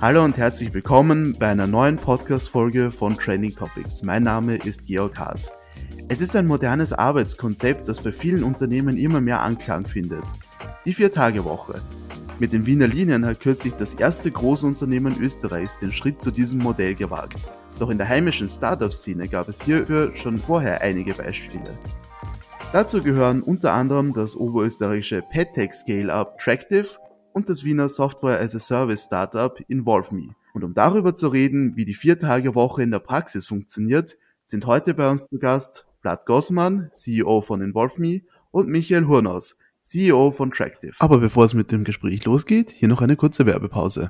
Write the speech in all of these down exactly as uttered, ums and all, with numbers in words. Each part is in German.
Hallo und herzlich willkommen bei einer neuen Podcast-Folge von Trending Topics. Mein Name ist Georg Haas. Es ist ein modernes Arbeitskonzept, das bei vielen Unternehmen immer mehr Anklang findet. Die Vier-Tage-Woche. Mit den Wiener Linien hat kürzlich das erste Großunternehmen Österreichs den Schritt zu diesem Modell gewagt. Doch in der heimischen Startup-Szene gab es hierfür schon vorher einige Beispiele. Dazu gehören unter anderem das oberösterreichische PedTech-Scale-Up Tractive und das Wiener Software-as-a-Service-Startup InvolveMe. Und um darüber zu reden, wie die Vier-Tage-Woche in der Praxis funktioniert, sind heute bei uns zu Gast Vlad Gossmann, C E O von InvolveMe, und Michael Hurnos, C E O von Tractive. Aber bevor es mit dem Gespräch losgeht, hier noch eine kurze Werbepause.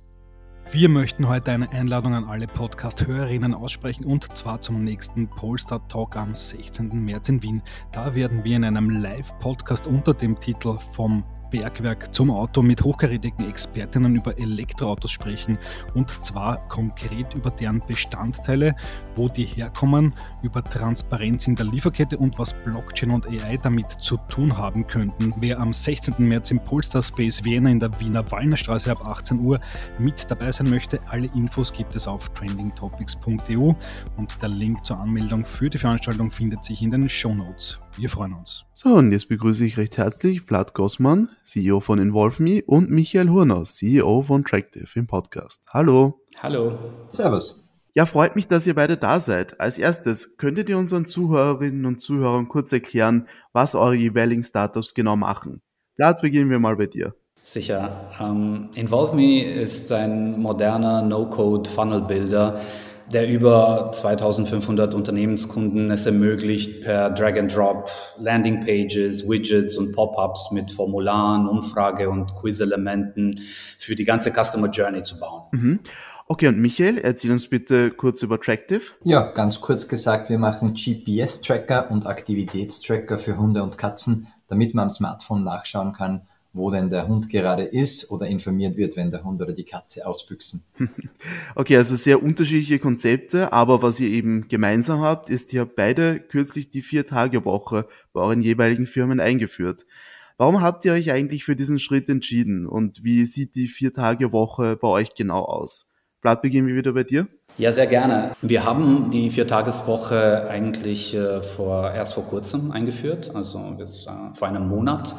Wir möchten heute eine Einladung an alle Podcast-Hörerinnen aussprechen und zwar zum nächsten Polestar Talk am sechzehnten März in Wien. Da werden wir in einem Live-Podcast unter dem Titel Vom Bergwerk zum Auto mit hochkarätigen Expertinnen über Elektroautos sprechen und zwar konkret über deren Bestandteile, wo die herkommen, über Transparenz in der Lieferkette und was Blockchain und A I damit zu tun haben könnten. Wer am sechzehnten März im Polestar Space Vienna in der Wiener Wallnerstraße ab achtzehn Uhr mit dabei sein möchte, alle Infos gibt es auf trending topics punkt e u und der Link zur Anmeldung für die Veranstaltung findet sich in den Shownotes. Wir freuen uns. So, und jetzt begrüße ich recht herzlich Vlad Gossmann, C E O von InvolveMe, und Michael Hurnos, C E O von Tractive im Podcast. Hallo. Hallo. Servus. Ja, freut mich, dass ihr beide da seid. Als erstes, könntet ihr unseren Zuhörerinnen und Zuhörern kurz erklären, was eure jeweiligen Startups genau machen? Vlad, beginnen wir mal bei dir. Sicher. Um, InvolveMe ist ein moderner No-Code-Funnel-Builder, der über zweitausendfünfhundert Unternehmenskunden es ermöglicht, per Drag-and-Drop Landingpages, Widgets und Pop-ups mit Formularen, Umfrage- und Quiz-Elementen für die ganze Customer Journey zu bauen. Mhm. Okay, und Michael, erzähl uns bitte kurz über Tractive. Ja, ganz kurz gesagt, wir machen G P S-Tracker und Aktivitätstracker für Hunde und Katzen, damit man am Smartphone nachschauen kann, wo denn der Hund gerade ist oder informiert wird, wenn der Hund oder die Katze ausbüchsen. Okay, also sehr unterschiedliche Konzepte, aber was ihr eben gemeinsam habt, ist, ihr habt beide kürzlich die Vier-Tage-Woche bei euren jeweiligen Firmen eingeführt. Warum habt ihr euch eigentlich für diesen Schritt entschieden und wie sieht die Vier-Tage-Woche bei euch genau aus? Vlad, beginnen wir wieder bei dir. Ja, sehr gerne. Wir haben die Viertageswoche eigentlich äh, vor, erst vor kurzem eingeführt, also bis, äh, vor einem Monat.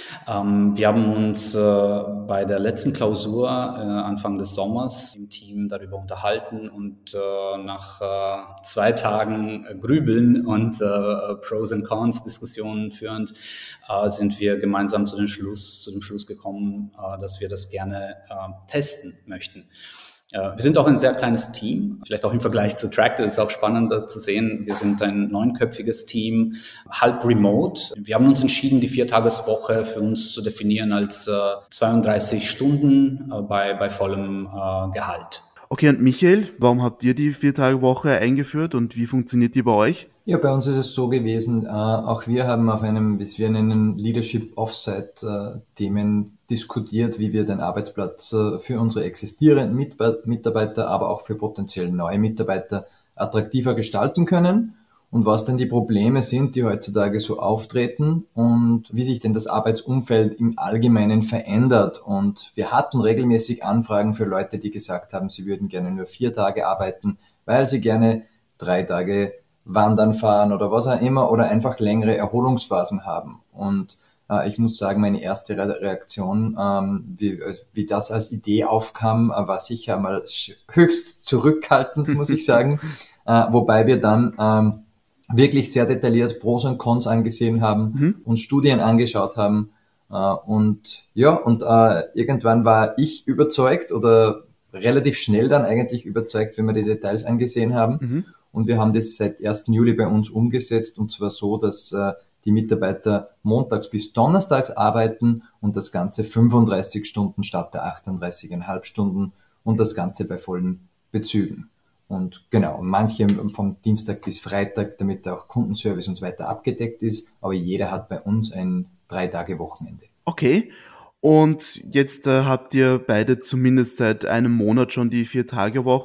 Ähm, wir haben uns äh, bei der letzten Klausur äh, Anfang des Sommers im Team darüber unterhalten und äh, nach äh, zwei Tagen äh, Grübeln und äh, Pros and Cons Diskussionen führend äh, sind wir gemeinsam zu dem Schluss, zu dem Schluss gekommen, äh, dass wir das gerne äh, testen möchten. Wir sind auch ein sehr kleines Team, vielleicht auch im Vergleich zu Tractive ist es auch spannend zu sehen. Wir sind ein neunköpfiges Team, halb remote. Wir haben uns entschieden, die Viertageswoche für uns zu definieren als zweiunddreißig Stunden bei, bei vollem Gehalt. Okay, und Michael, warum habt ihr die Vier-Tage-Woche eingeführt und wie funktioniert die bei euch? Ja, bei uns ist es so gewesen, äh, auch wir haben auf einem, wie wir nennen, Leadership Offsite äh, Themen diskutiert, wie wir den Arbeitsplatz äh, für unsere existierenden Mitbe- Mitarbeiter, aber auch für potenziell neue Mitarbeiter attraktiver gestalten können und was denn die Probleme sind, die heutzutage so auftreten und wie sich denn das Arbeitsumfeld im Allgemeinen verändert. Und wir hatten regelmäßig Anfragen für Leute, die gesagt haben, sie würden gerne nur vier Tage arbeiten, weil sie gerne drei Tage wandern fahren oder was auch immer oder einfach längere Erholungsphasen haben. Und äh, ich muss sagen, meine erste Re- Reaktion, ähm, wie, wie das als Idee aufkam, äh, war sicher mal höchst zurückhaltend, muss ich sagen. Äh, wobei wir dann ähm, wirklich sehr detailliert Pros und Cons angesehen haben mhm. und Studien angeschaut haben. Äh, und ja, und äh, irgendwann war ich überzeugt oder relativ schnell dann eigentlich überzeugt, wenn wir die Details angesehen haben. Mhm. Und wir haben das seit ersten Juli bei uns umgesetzt und zwar so, dass äh, die Mitarbeiter montags bis donnerstags arbeiten und das Ganze fünfunddreißig Stunden statt der achtunddreißig Komma fünf Stunden und das Ganze bei vollen Bezügen. Und genau, manche vom Dienstag bis Freitag, damit auch Kundenservice und so weiter abgedeckt ist, aber jeder hat bei uns ein drei Tage Wochenende. Okay. Und jetzt äh, habt ihr beide zumindest seit einem Monat schon die Vier-Tage-Woche.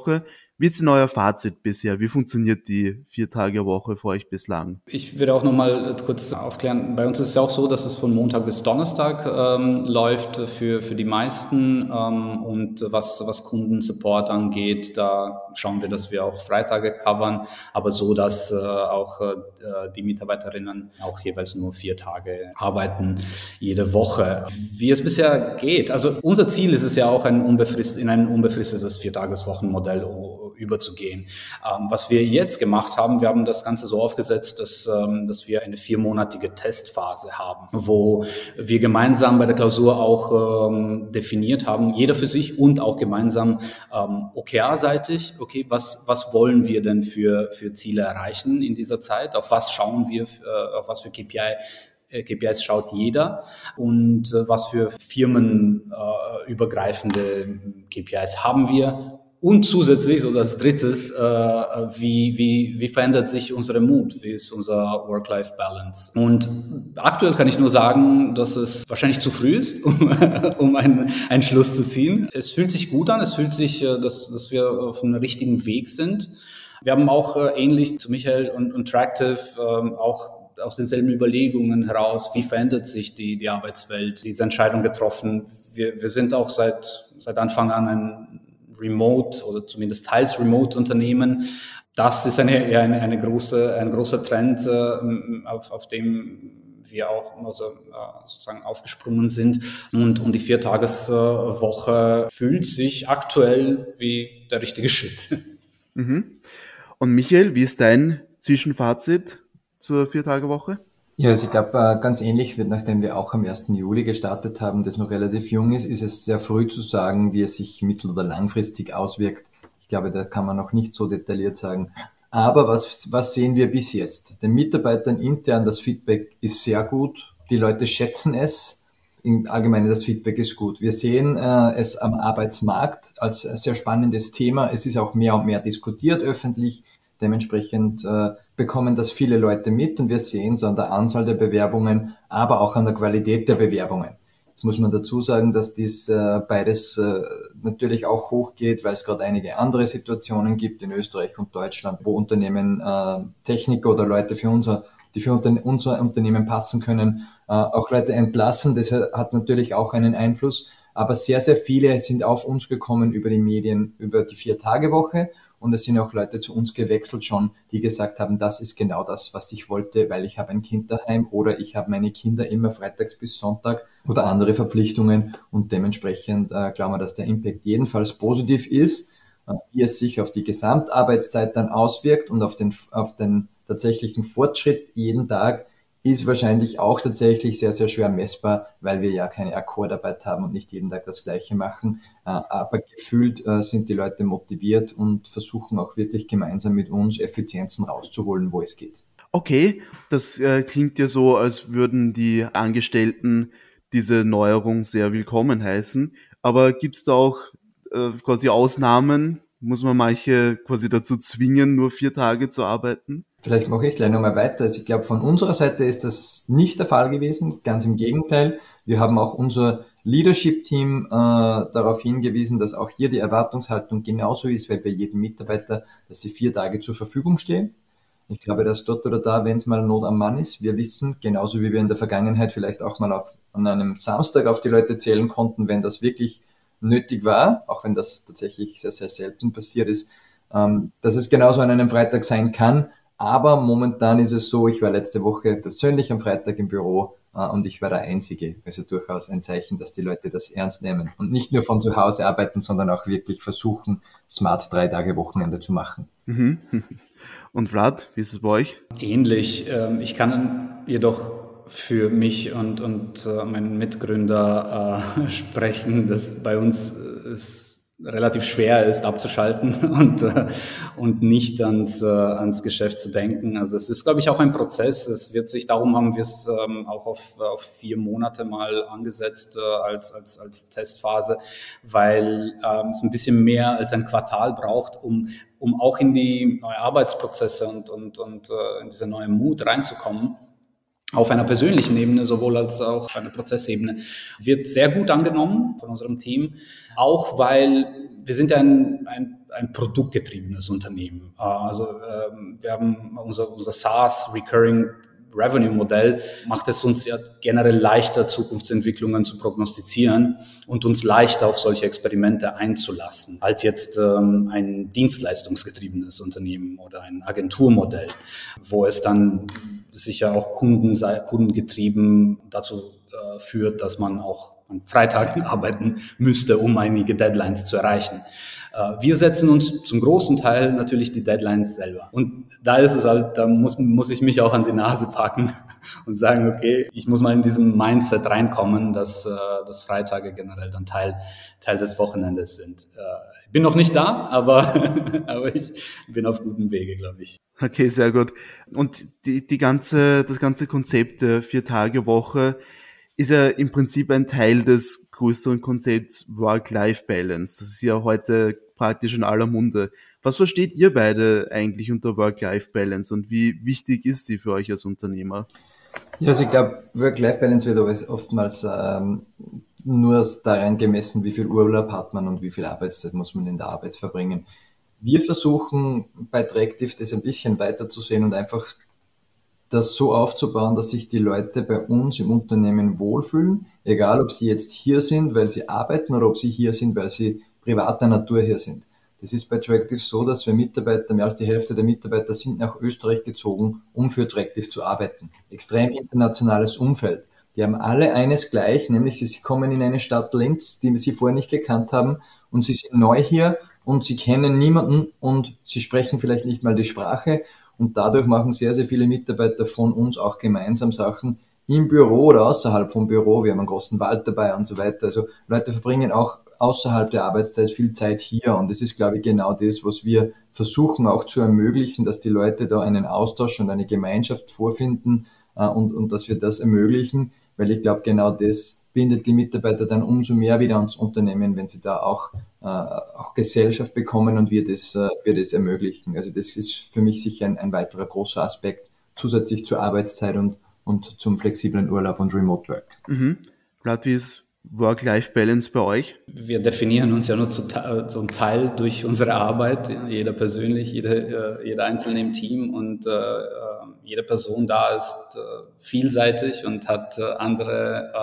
Wie ist denn euer Fazit bisher? Wie funktioniert die Vier-Tage-Woche für euch bislang? Ich würde auch nochmal kurz aufklären, bei uns ist es ja auch so, dass es von Montag bis Donnerstag ähm, läuft für, für die meisten ähm, und was, was Kundensupport angeht, da schauen wir, dass wir auch Freitage covern, aber so, dass äh, auch äh, die Mitarbeiterinnen auch jeweils nur vier Tage arbeiten jede Woche. Wie es bisher geht, also unser Ziel ist es ja auch, ein unbefrist, in ein unbefristetes Viertageswochenmodell überzugehen. Ähm, was wir jetzt gemacht haben, wir haben das Ganze so aufgesetzt, dass, ähm, dass wir eine viermonatige Testphase haben, wo wir gemeinsam bei der Klausur auch ähm, definiert haben, jeder für sich und auch gemeinsam ähm, O K R-seitig, okay, was, was wollen wir denn für, für Ziele erreichen in dieser Zeit, auf was schauen wir, äh, auf was für K P I K P Is schaut jeder und äh, was für firmenübergreifende äh, K P Is haben wir. Und zusätzlich, so als drittes, äh, wie, wie, wie verändert sich unsere Mut? Wie ist unser Work-Life-Balance? Und aktuell kann ich nur sagen, dass es wahrscheinlich zu früh ist, um, um einen, einen Schluss zu ziehen. Es fühlt sich gut an, es fühlt sich, dass, dass wir auf einem richtigen Weg sind. Wir haben auch äh, ähnlich zu Michael und, und Tractive äh, auch aus denselben Überlegungen heraus, wie verändert sich die, die Arbeitswelt, diese Entscheidung getroffen. Wir, wir sind auch seit, seit Anfang an ein Remote oder zumindest teils Remote-Unternehmen. Das ist eine, eher eine, eine große, ein großer Trend, äh, auf, auf dem wir auch also, äh, sozusagen aufgesprungen sind. Und, und die Viertageswoche fühlt sich aktuell wie der richtige Schritt. Mhm. Und Michael, wie ist dein Zwischenfazit zur Viertagewoche? Ja, also ich glaube, ganz ähnlich wird, nachdem wir auch am ersten Juli gestartet haben, das noch relativ jung ist, ist es sehr früh zu sagen, wie es sich mittel- oder langfristig auswirkt. Ich glaube, da kann man noch nicht so detailliert sagen. Aber was, was sehen wir bis jetzt? Den Mitarbeitern intern, das Feedback ist sehr gut. Die Leute schätzen es. Im Allgemeinen, das Feedback ist gut. Wir sehen äh, es am Arbeitsmarkt als sehr spannendes Thema. Es ist auch mehr und mehr diskutiert öffentlich. Dementsprechend äh, bekommen das viele Leute mit und wir sehen es an der Anzahl der Bewerbungen, aber auch an der Qualität der Bewerbungen. Jetzt muss man dazu sagen, dass dies äh, beides äh, natürlich auch hochgeht, weil es gerade einige andere Situationen gibt in Österreich und Deutschland, wo Unternehmen äh, Techniker oder Leute für unser, die für unter, unser Unternehmen passen können, äh, auch Leute entlassen. Das hat natürlich auch einen Einfluss. Aber sehr, sehr viele sind auf uns gekommen über die Medien, über die Vier-Tage-Woche. Und es sind auch Leute zu uns gewechselt schon, die gesagt haben, das ist genau das, was ich wollte, weil ich habe ein Kind daheim oder ich habe meine Kinder immer freitags bis Sonntag oder andere Verpflichtungen. Und dementsprechend äh, glauben wir, dass der Impact jedenfalls positiv ist, äh, wie es sich auf die Gesamtarbeitszeit dann auswirkt und auf den, auf den tatsächlichen Fortschritt jeden Tag, ist wahrscheinlich auch tatsächlich sehr, sehr schwer messbar, weil wir ja keine Akkordarbeit haben und nicht jeden Tag das Gleiche machen. Aber gefühlt sind die Leute motiviert und versuchen auch wirklich gemeinsam mit uns Effizienzen rauszuholen, wo es geht. Okay, das äh, klingt ja so, als würden die Angestellten diese Neuerung sehr willkommen heißen. Aber gibt es da auch äh, quasi Ausnahmen? Muss man manche quasi dazu zwingen, nur vier Tage zu arbeiten? Vielleicht mache ich gleich nochmal weiter. Also ich glaube, von unserer Seite ist das nicht der Fall gewesen. Ganz im Gegenteil. Wir haben auch unser Leadership-Team äh, darauf hingewiesen, dass auch hier die Erwartungshaltung genauso ist, weil bei jedem Mitarbeiter, dass sie vier Tage zur Verfügung stehen. Ich glaube, dass dort oder da, wenn es mal Not am Mann ist, wir wissen, genauso wie wir in der Vergangenheit vielleicht auch mal auf, an einem Samstag auf die Leute zählen konnten, wenn das wirklich nötig war, auch wenn das tatsächlich sehr, sehr selten passiert ist, ähm, dass es genauso an einem Freitag sein kann. Aber momentan ist es so, ich war letzte Woche persönlich am Freitag im Büro äh, und ich war der Einzige. Also durchaus ein Zeichen, dass die Leute das ernst nehmen und nicht nur von zu Hause arbeiten, sondern auch wirklich versuchen, smart drei Tage Wochenende zu machen. Mhm. Und Vlad, wie ist es bei euch? Ähnlich. Ich kann jedoch für mich und, und meinen Mitgründer äh, sprechen, dass bei uns es relativ schwer ist, abzuschalten und, äh, und nicht ans, äh, ans Geschäft zu denken. Also es ist, glaube ich, auch ein Prozess. Es wird sich, darum haben wir es ähm, auch auf, auf vier Monate mal angesetzt äh, als, als, als Testphase, weil ähm, es ein bisschen mehr als ein Quartal braucht, um, um auch in die neuen Arbeitsprozesse und, und, und äh, in diese neue Mut reinzukommen. auf einer persönlichen Ebene, sowohl als auch auf einer Prozessebene, wird sehr gut angenommen von unserem Team, auch weil wir sind ein, ein, ein produktgetriebenes Unternehmen. Also wir haben unser, unser SaaS, Recurring Revenue-Modell, macht es uns ja generell leichter, Zukunftsentwicklungen zu prognostizieren und uns leichter auf solche Experimente einzulassen, als jetzt ähm, ein dienstleistungsgetriebenes Unternehmen oder ein Agenturmodell, wo es dann sicher auch Kunden, kundengetrieben dazu äh, führt, dass man auch an Freitagen arbeiten müsste, um einige Deadlines zu erreichen. Wir setzen uns zum großen Teil natürlich die Deadlines selber. Und da ist es halt, da muss, muss ich mich auch an die Nase packen und sagen, okay, ich muss mal in diesem Mindset reinkommen, dass, dass Freitage generell dann Teil, Teil des Wochenendes sind. Ich bin noch nicht da, aber, aber ich bin auf gutem Wege, glaube ich. Okay, sehr gut. Und die, die ganze, das ganze Konzept der Vier-Tage-Woche ist ja im Prinzip ein Teil des größeren Konzepts Work-Life-Balance. Das ist ja heute praktisch in aller Munde. Was versteht ihr beide eigentlich unter Work-Life-Balance und wie wichtig ist sie für euch als Unternehmer? Ja, also ich glaube, Work-Life-Balance wird oftmals ähm, nur daran gemessen, wie viel Urlaub hat man und wie viel Arbeitszeit muss man in der Arbeit verbringen. Wir versuchen bei Tractive das ein bisschen weiter zu sehen und einfach das so aufzubauen, dass sich die Leute bei uns im Unternehmen wohlfühlen, egal ob sie jetzt hier sind, weil sie arbeiten oder ob sie hier sind, weil sie privater Natur hier sind. Das ist bei Tractive so, dass wir Mitarbeiter, mehr als die Hälfte der Mitarbeiter sind nach Österreich gezogen, um für Tractive zu arbeiten. Extrem internationales Umfeld. Die haben alle eines gleich, nämlich sie kommen in eine Stadt Linz, die sie vorher nicht gekannt haben und sie sind neu hier und sie kennen niemanden und sie sprechen vielleicht nicht mal die Sprache. Und dadurch machen sehr, sehr viele Mitarbeiter von uns auch gemeinsam Sachen im Büro oder außerhalb vom Büro. Wir haben einen großen Wald dabei und so weiter. Also Leute verbringen auch außerhalb der Arbeitszeit viel Zeit hier. Und das ist, glaube ich, genau das, was wir versuchen auch zu ermöglichen, dass die Leute da einen Austausch und eine Gemeinschaft vorfinden äh, und, und dass wir das ermöglichen. Weil ich glaube, genau das bindet die Mitarbeiter dann umso mehr wieder ans Unternehmen, wenn sie da auch, äh, auch Gesellschaft bekommen und wir das, äh, wir das ermöglichen. Also das ist für mich sicher ein, ein weiterer großer Aspekt, zusätzlich zur Arbeitszeit und, und zum flexiblen Urlaub und Remote Work. Mhm. Vlad, wie ist Work-Life-Balance bei euch? Wir definieren uns ja nur zu, zum Teil durch unsere Arbeit, jeder persönlich, jeder, jeder Einzelne im Team und äh, jede Person da ist äh, vielseitig und hat äh, andere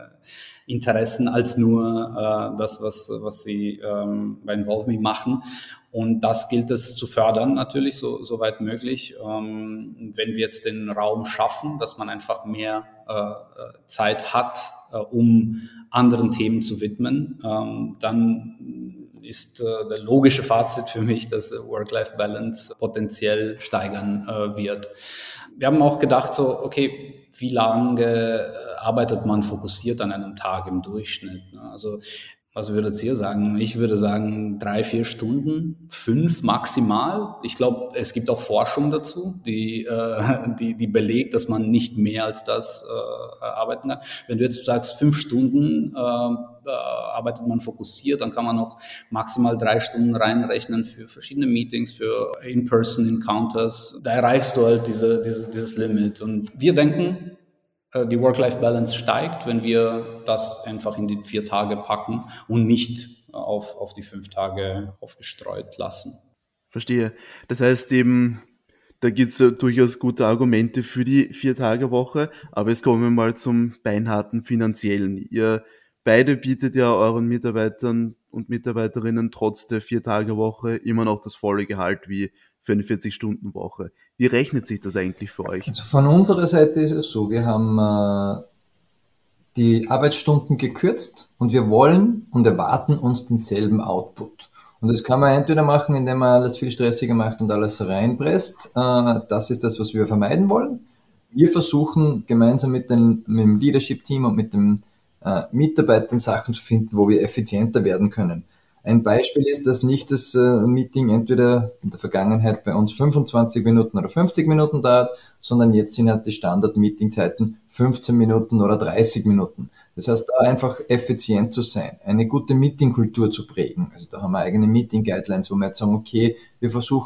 äh, Interessen als nur äh, das, was, was sie ähm, bei Involve Me machen. Und das gilt es zu fördern natürlich, so, so weit möglich. Ähm, wenn wir jetzt den Raum schaffen, dass man einfach mehr äh, Zeit hat, äh, um anderen Themen zu widmen, ähm, dann ist äh, der logische Fazit für mich, dass Work-Life-Balance potenziell steigern äh, wird. Wir haben auch gedacht, so, okay, wie lange arbeitet man fokussiert an einem Tag im Durchschnitt? Also, was würdet ihr sagen? Ich würde sagen, drei, vier Stunden, fünf maximal. Ich glaube, es gibt auch Forschung dazu, die, äh, die, die belegt, dass man nicht mehr als das äh, arbeiten kann. Wenn du jetzt sagst, fünf Stunden äh, äh, arbeitet man fokussiert, dann kann man noch maximal drei Stunden reinrechnen für verschiedene Meetings, für In-Person-Encounters. Da erreichst du halt diese, diese, dieses Limit. Und wir denken, die Work-Life-Balance steigt, wenn wir das einfach in die vier Tage packen und nicht auf, auf die fünf Tage aufgestreut lassen. Verstehe. Das heißt eben, da gibt es ja durchaus gute Argumente für die Vier-Tage-Woche, aber jetzt kommen wir mal zum beinharten Finanziellen. Ihr beide bietet ja euren Mitarbeitern und Mitarbeiterinnen trotz der Vier-Tage-Woche immer noch das volle Gehalt wie für eine vierzig-Stunden-Woche. Wie rechnet sich das eigentlich für euch? Also von unserer Seite ist es so, wir haben äh, die Arbeitsstunden gekürzt und wir wollen und erwarten uns denselben Output. Und das kann man entweder machen, indem man alles viel stressiger macht und alles reinpresst. Äh, das ist das, was wir vermeiden wollen. Wir versuchen gemeinsam mit, den, mit dem Leadership-Team und mit den äh, Mitarbeitern Sachen zu finden, wo wir effizienter werden können. Ein Beispiel ist, dass nicht das äh, Meeting entweder in der Vergangenheit bei uns fünfundzwanzig Minuten oder fünfzig Minuten dauert, sondern jetzt sind halt die Standard-Meeting-Zeiten fünfzehn Minuten oder dreißig Minuten. Das heißt, da einfach effizient zu sein, eine gute Meeting-Kultur zu prägen. Also da haben wir eigene Meeting-Guidelines, wo wir jetzt sagen, okay, wir versuchen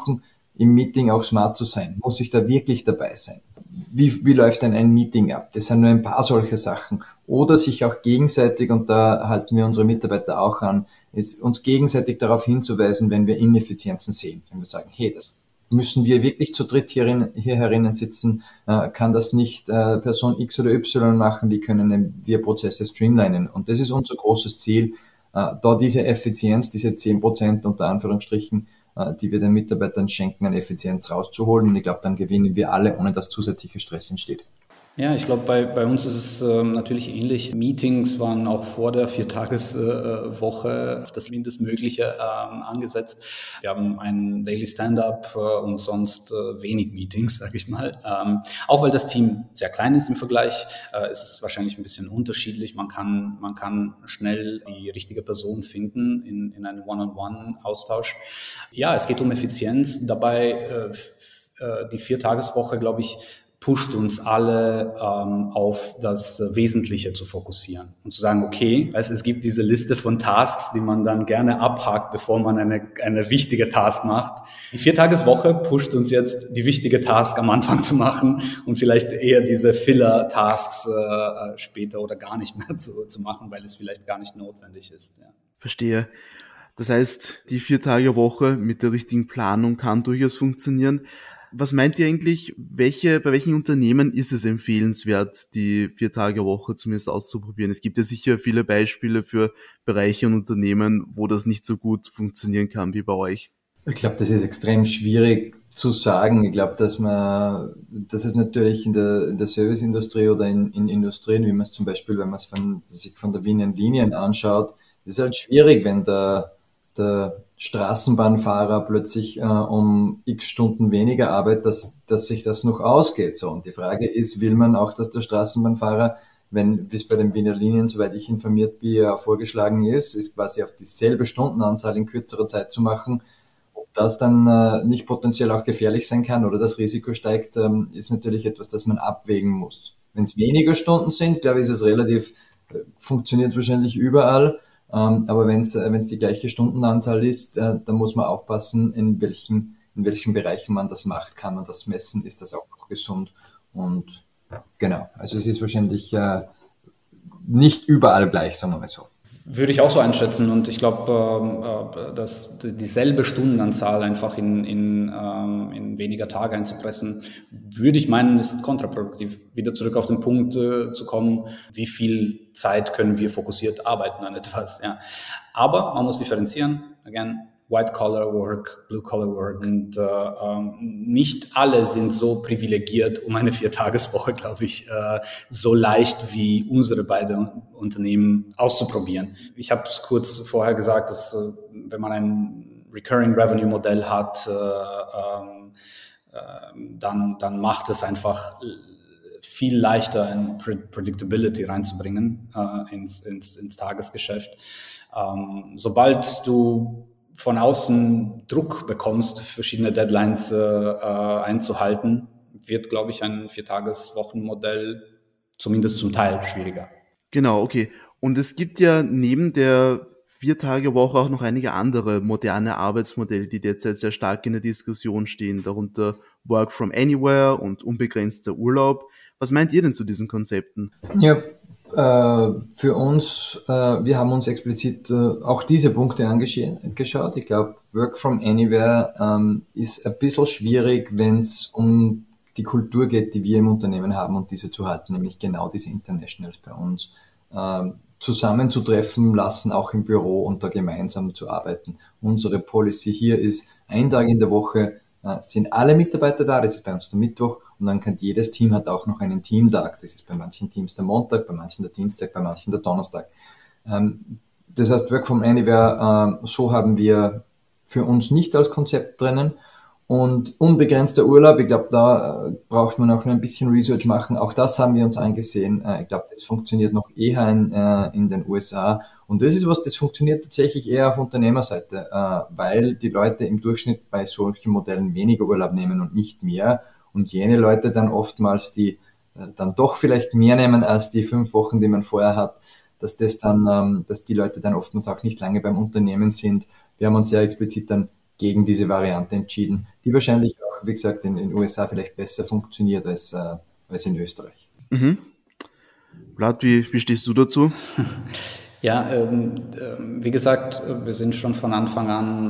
im Meeting auch smart zu sein? Muss ich da wirklich dabei sein? Wie, wie läuft denn ein Meeting ab? Das sind nur ein paar solcher Sachen. Oder sich auch gegenseitig, und da halten wir unsere Mitarbeiter auch an, ist, uns gegenseitig darauf hinzuweisen, wenn wir Ineffizienzen sehen. Wenn wir sagen, hey, das müssen wir wirklich zu dritt hierin, hier herinnen sitzen, äh, kann das nicht äh, Person X oder Y machen, wie können wir Prozesse streamlinen? Und das ist unser großes Ziel, äh, da diese Effizienz, diese zehn Prozent unter Anführungsstrichen, äh, die wir den Mitarbeitern schenken, an Effizienz rauszuholen. Und ich glaube, dann gewinnen wir alle, ohne dass zusätzlicher Stress entsteht. Ja, ich glaube, bei, bei uns ist es ähm, natürlich ähnlich. Meetings waren auch vor der Viertageswoche äh, auf das Mindestmögliche ähm, angesetzt. Wir haben ein Daily Stand-up äh, und sonst äh, wenig Meetings, sage ich mal. Ähm, auch weil das Team sehr klein ist im Vergleich, äh, ist es wahrscheinlich ein bisschen unterschiedlich. Man kann, man kann schnell die richtige Person finden in, in einem One-on-One-Austausch. Ja, es geht um Effizienz. Dabei äh, f- äh, die Viertageswoche, glaube ich, pusht uns alle ähm, auf das Wesentliche zu fokussieren und zu sagen, okay, weißt, es gibt diese Liste von Tasks, die man dann gerne abhakt, bevor man eine, eine wichtige Task macht. Die Viertageswoche pusht uns jetzt, die wichtige Task am Anfang zu machen und vielleicht eher diese Filler-Tasks äh, später oder gar nicht mehr zu, zu machen, weil es vielleicht gar nicht notwendig ist. Ja. Verstehe. Das heißt, die Vier-Tage-Woche mit der richtigen Planung kann durchaus funktionieren. Was meint ihr eigentlich, welche, bei welchen Unternehmen ist es empfehlenswert, die Vier-Tage-Woche zumindest auszuprobieren? Es gibt ja sicher viele Beispiele für Bereiche und Unternehmen, wo das nicht so gut funktionieren kann wie bei euch. Ich glaube, das ist extrem schwierig zu sagen. Ich glaube, dass man, dass es natürlich in der, in der Serviceindustrie oder in, in Industrien, wie man es zum Beispiel, wenn man es von, sich von der Wiener Linien anschaut, ist halt schwierig, wenn der, der Straßenbahnfahrer plötzlich äh, um x Stunden weniger arbeitet, dass, dass sich das noch ausgeht. So. Und die Frage ist, will man auch, dass der Straßenbahnfahrer, wenn, wie es bei den Wiener Linien, soweit ich informiert bin, ja vorgeschlagen ist, ist quasi auf dieselbe Stundenanzahl in kürzerer Zeit zu machen, das dann äh, nicht potenziell auch gefährlich sein kann oder das Risiko steigt, ähm, ist natürlich etwas, das man abwägen muss. Wenn es weniger Stunden sind, glaube ich, ist es relativ, äh, funktioniert wahrscheinlich überall, ähm, aber wenn es äh, wenn es die gleiche Stundenanzahl ist, äh, dann muss man aufpassen, in welchen, in welchen Bereichen man das macht. Kann man das messen? Ist das auch noch gesund? Und genau, also es ist wahrscheinlich äh, nicht überall gleich, sagen wir mal so. Würde ich auch so einschätzen und ich glaube, äh, dass dieselbe Stundenanzahl einfach in, in, ähm, in weniger Tage einzupressen, würde ich meinen, ist kontraproduktiv. Wieder zurück auf den Punkt äh, zu kommen, wie viel Zeit können wir fokussiert arbeiten an etwas. Ja. Aber man muss differenzieren. Again, White-Collar-Work, Blue-Collar-Work und äh, ähm, nicht alle sind so privilegiert, um eine Viertageswoche, glaube ich, äh, so leicht wie unsere beiden Unternehmen auszuprobieren. Ich habe es kurz vorher gesagt, dass äh, wenn man ein Recurring Revenue Modell hat, äh, ähm, äh, dann, dann macht es einfach viel leichter, eine Predictability reinzubringen äh, ins, ins, ins Tagesgeschäft. Ähm, sobald du von außen Druck bekommst, verschiedene Deadlines äh, einzuhalten, wird, glaube ich, ein Viertageswochenmodell zumindest zum Teil schwieriger. Genau, okay. Und es gibt ja neben der Vier-Tage-Woche auch noch einige andere moderne Arbeitsmodelle, die derzeit sehr stark in der Diskussion stehen, darunter Work from Anywhere und unbegrenzter Urlaub. Was meint ihr denn zu diesen Konzepten? Ja, äh, für uns, äh, wir haben uns explizit äh, auch diese Punkte angeschaut. Ich glaube, Work from Anywhere ähm, ist ein bisschen schwierig, wenn es um die Kultur geht, die wir im Unternehmen haben und diese zu halten, nämlich genau diese Internationals bei uns ähm, zusammenzutreffen lassen, auch im Büro und da gemeinsam zu arbeiten. Unsere Policy hier ist, ein Tag in der Woche äh, sind alle Mitarbeiter da, das ist bei uns der Mittwoch und dann kann jedes Team hat auch noch einen Teamtag, das ist bei manchen Teams der Montag, bei manchen der Dienstag, bei manchen der Donnerstag. Ähm, das heißt, Work from Anywhere, äh, so haben wir für uns nicht als Konzept drinnen. Und unbegrenzter Urlaub, ich glaube, da äh, braucht man auch noch ein bisschen Research machen. Auch das haben wir uns angesehen. Äh, ich glaube, das funktioniert noch eher in, äh, in den U S A. Und das ist was, das funktioniert tatsächlich eher auf Unternehmerseite, äh, weil die Leute im Durchschnitt bei solchen Modellen weniger Urlaub nehmen und nicht mehr. Und jene Leute dann oftmals, die äh, dann doch vielleicht mehr nehmen als die fünf Wochen, die man vorher hat, dass das dann, ähm, dass die Leute dann oftmals auch nicht lange beim Unternehmen sind. Wir haben uns sehr explizit dann gegen diese Variante entschieden, die wahrscheinlich auch, wie gesagt, in den U S A vielleicht besser funktioniert als, äh, als in Österreich. Mhm. Vlad, wie, wie stehst du dazu? Ja, ähm, äh, wie gesagt, wir sind schon von Anfang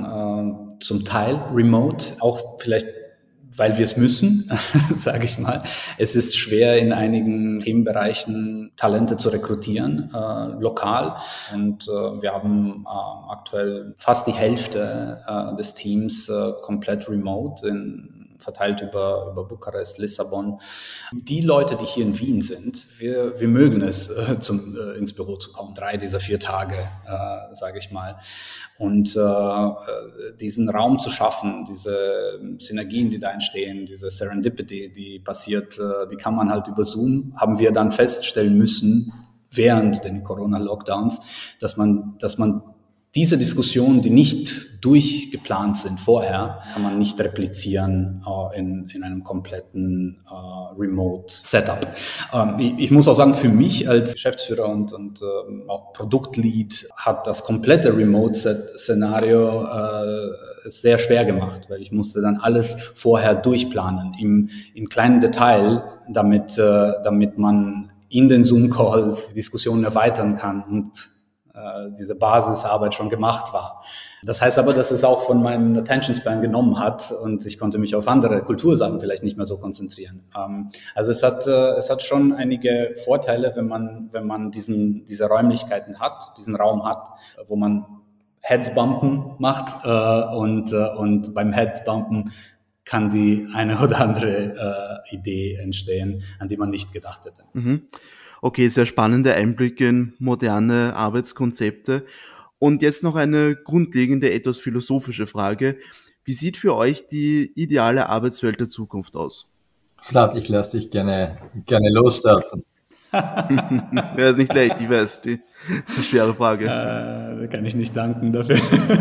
an äh, zum Teil remote, auch vielleicht, weil wir es müssen, sage ich mal. Es ist schwer, in einigen Themenbereichen Talente zu rekrutieren, äh, lokal. Und äh, wir haben äh, aktuell fast die Hälfte äh, des Teams äh, komplett remote in verteilt über, über Bukarest, Lissabon. Die Leute, die hier in Wien sind, wir, wir mögen es, äh, zum, äh, ins Büro zu kommen, drei dieser vier Tage, äh, sage ich mal. Und äh, diesen Raum zu schaffen, diese Synergien, die da entstehen, diese Serendipity, die passiert, äh, die kann man halt über Zoom, haben wir dann feststellen müssen, während den Corona-Lockdowns, dass man, dass man diese Diskussionen, die nicht durchgeplant sind vorher, kann man nicht replizieren äh, in, in einem kompletten äh, Remote-Setup. Ähm, ich, ich muss auch sagen, für mich als Geschäftsführer und, und ähm, auch Produktlead hat das komplette Remote-Szenario äh, sehr schwer gemacht, weil ich musste dann alles vorher durchplanen, im, in kleinen Detail, damit, äh, damit man in den Zoom-Calls Diskussionen erweitern kann und diese Basisarbeit schon gemacht war. Das heißt aber, dass es auch von meinem Attention Span genommen hat und ich konnte mich auf andere Kultursachen vielleicht nicht mehr so konzentrieren. Also es hat, es hat schon einige Vorteile, wenn man, wenn man diesen, diese Räumlichkeiten hat, diesen Raum hat, wo man Heads-Bumpen macht und, und beim Heads-Bumpen kann die eine oder andere Idee entstehen, an die man nicht gedacht hätte. Mhm. Okay, sehr spannende Einblicke in moderne Arbeitskonzepte. Und jetzt noch eine grundlegende, etwas philosophische Frage. Wie sieht für euch die ideale Arbeitswelt der Zukunft aus? Vlad, ich lasse dich gerne, gerne losstarten. Ja, ist nicht leicht, ich weiß, die schwere Frage. Äh, da kann ich nicht danken dafür.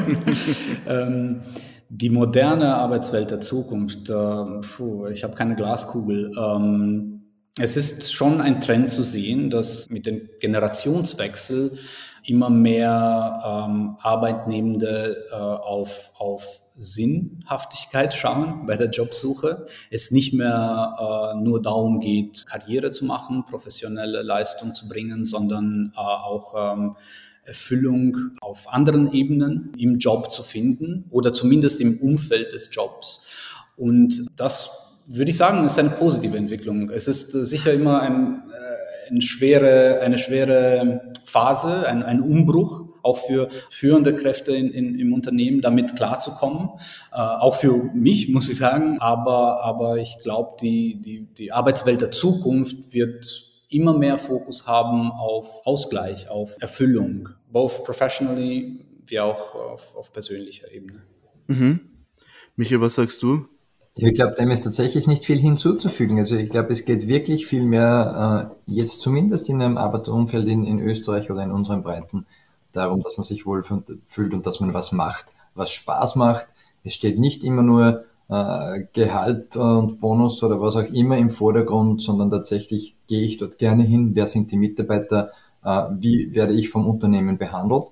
ähm, die moderne Arbeitswelt der Zukunft, äh, puh, ich habe keine Glaskugel. Ähm, Es ist schon ein Trend zu sehen, dass mit dem Generationswechsel immer mehr ähm, Arbeitnehmende äh, auf, auf Sinnhaftigkeit schauen bei der Jobsuche. Es nicht mehr äh, nur darum geht, Karriere zu machen, professionelle Leistung zu bringen, sondern äh, auch ähm, Erfüllung auf anderen Ebenen im Job zu finden oder zumindest im Umfeld des Jobs. Und das würde ich sagen, ist eine positive Entwicklung. Es ist äh, sicher immer ein, äh, eine, schwere, eine schwere Phase, ein, ein Umbruch, auch für führende Kräfte in, in, im Unternehmen, damit klarzukommen. Äh, auch für mich, muss ich sagen. Aber, aber ich glaube, die, die, die Arbeitswelt der Zukunft wird immer mehr Fokus haben auf Ausgleich, auf Erfüllung, both professionally wie auch auf, auf persönlicher Ebene. Mhm. Michael, was sagst du? Ich glaube, dem ist tatsächlich nicht viel hinzuzufügen. Also ich glaube, es geht wirklich viel mehr, äh, jetzt zumindest in einem Arbeitsumfeld in, in Österreich oder in unseren Breiten, darum, dass man sich wohlfühlt und dass man was macht, was Spaß macht. Es steht nicht immer nur äh, Gehalt und Bonus oder was auch immer im Vordergrund, sondern tatsächlich gehe ich dort gerne hin, wer sind die Mitarbeiter, äh, wie werde ich vom Unternehmen behandelt.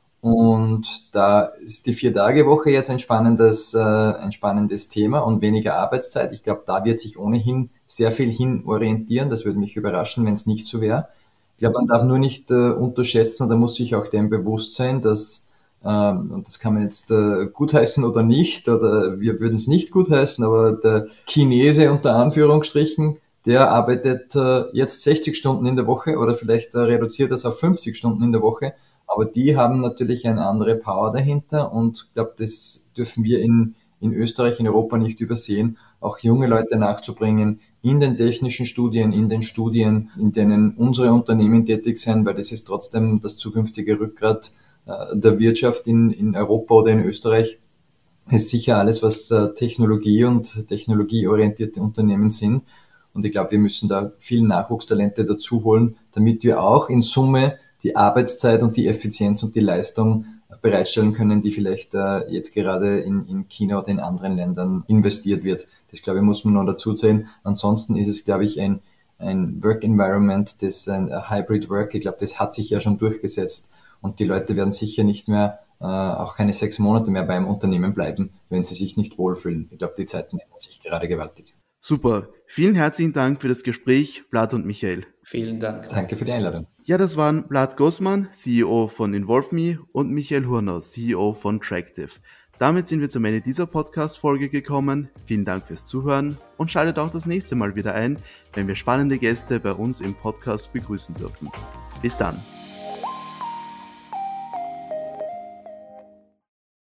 Und da ist die Vier-Tage-Woche jetzt ein spannendes, äh, ein spannendes Thema und weniger Arbeitszeit. Ich glaube, da wird sich ohnehin sehr viel hin orientieren. Das würde mich überraschen, wenn es nicht so wäre. Ich glaube, man darf nur nicht äh, unterschätzen, und da muss sich auch dem bewusst sein, dass, ähm, und das kann man jetzt äh, gutheißen oder nicht, oder wir würden es nicht gutheißen, aber der Chinese unter Anführungsstrichen, der arbeitet äh, jetzt sechzig Stunden in der Woche oder vielleicht äh, reduziert das auf fünfzig Stunden in der Woche. Aber die haben natürlich eine andere Power dahinter und ich glaube, das dürfen wir in, in Österreich, in Europa nicht übersehen, auch junge Leute nachzubringen in den technischen Studien, in den Studien, in denen unsere Unternehmen tätig sind, weil das ist trotzdem das zukünftige Rückgrat äh, der Wirtschaft in, in Europa oder in Österreich. Das ist sicher alles, was äh, Technologie und technologieorientierte Unternehmen sind. Und ich glaube, wir müssen da viel Nachwuchstalente dazu holen, damit wir auch in Summe die Arbeitszeit und die Effizienz und die Leistung bereitstellen können, die vielleicht äh, jetzt gerade in, in China oder in anderen Ländern investiert wird. Das, glaube ich, muss man noch dazu zählen. Ansonsten ist es, glaube ich, ein, ein Work Environment, das ein Hybrid Work, ich glaube, das hat sich ja schon durchgesetzt und die Leute werden sicher nicht mehr, äh, auch keine sechs Monate mehr beim Unternehmen bleiben, wenn sie sich nicht wohlfühlen. Ich glaube, die Zeiten ändern sich gerade gewaltig. Super. Vielen herzlichen Dank für das Gespräch, Vlad und Michael. Vielen Dank. Danke für die Einladung. Ja, das waren Vlad Gossmann, C E O von InvolveMe und Michael Hurner, C E O von Tractive. Damit sind wir zum Ende dieser Podcast-Folge gekommen. Vielen Dank fürs Zuhören und schaltet auch das nächste Mal wieder ein, wenn wir spannende Gäste bei uns im Podcast begrüßen dürfen. Bis dann.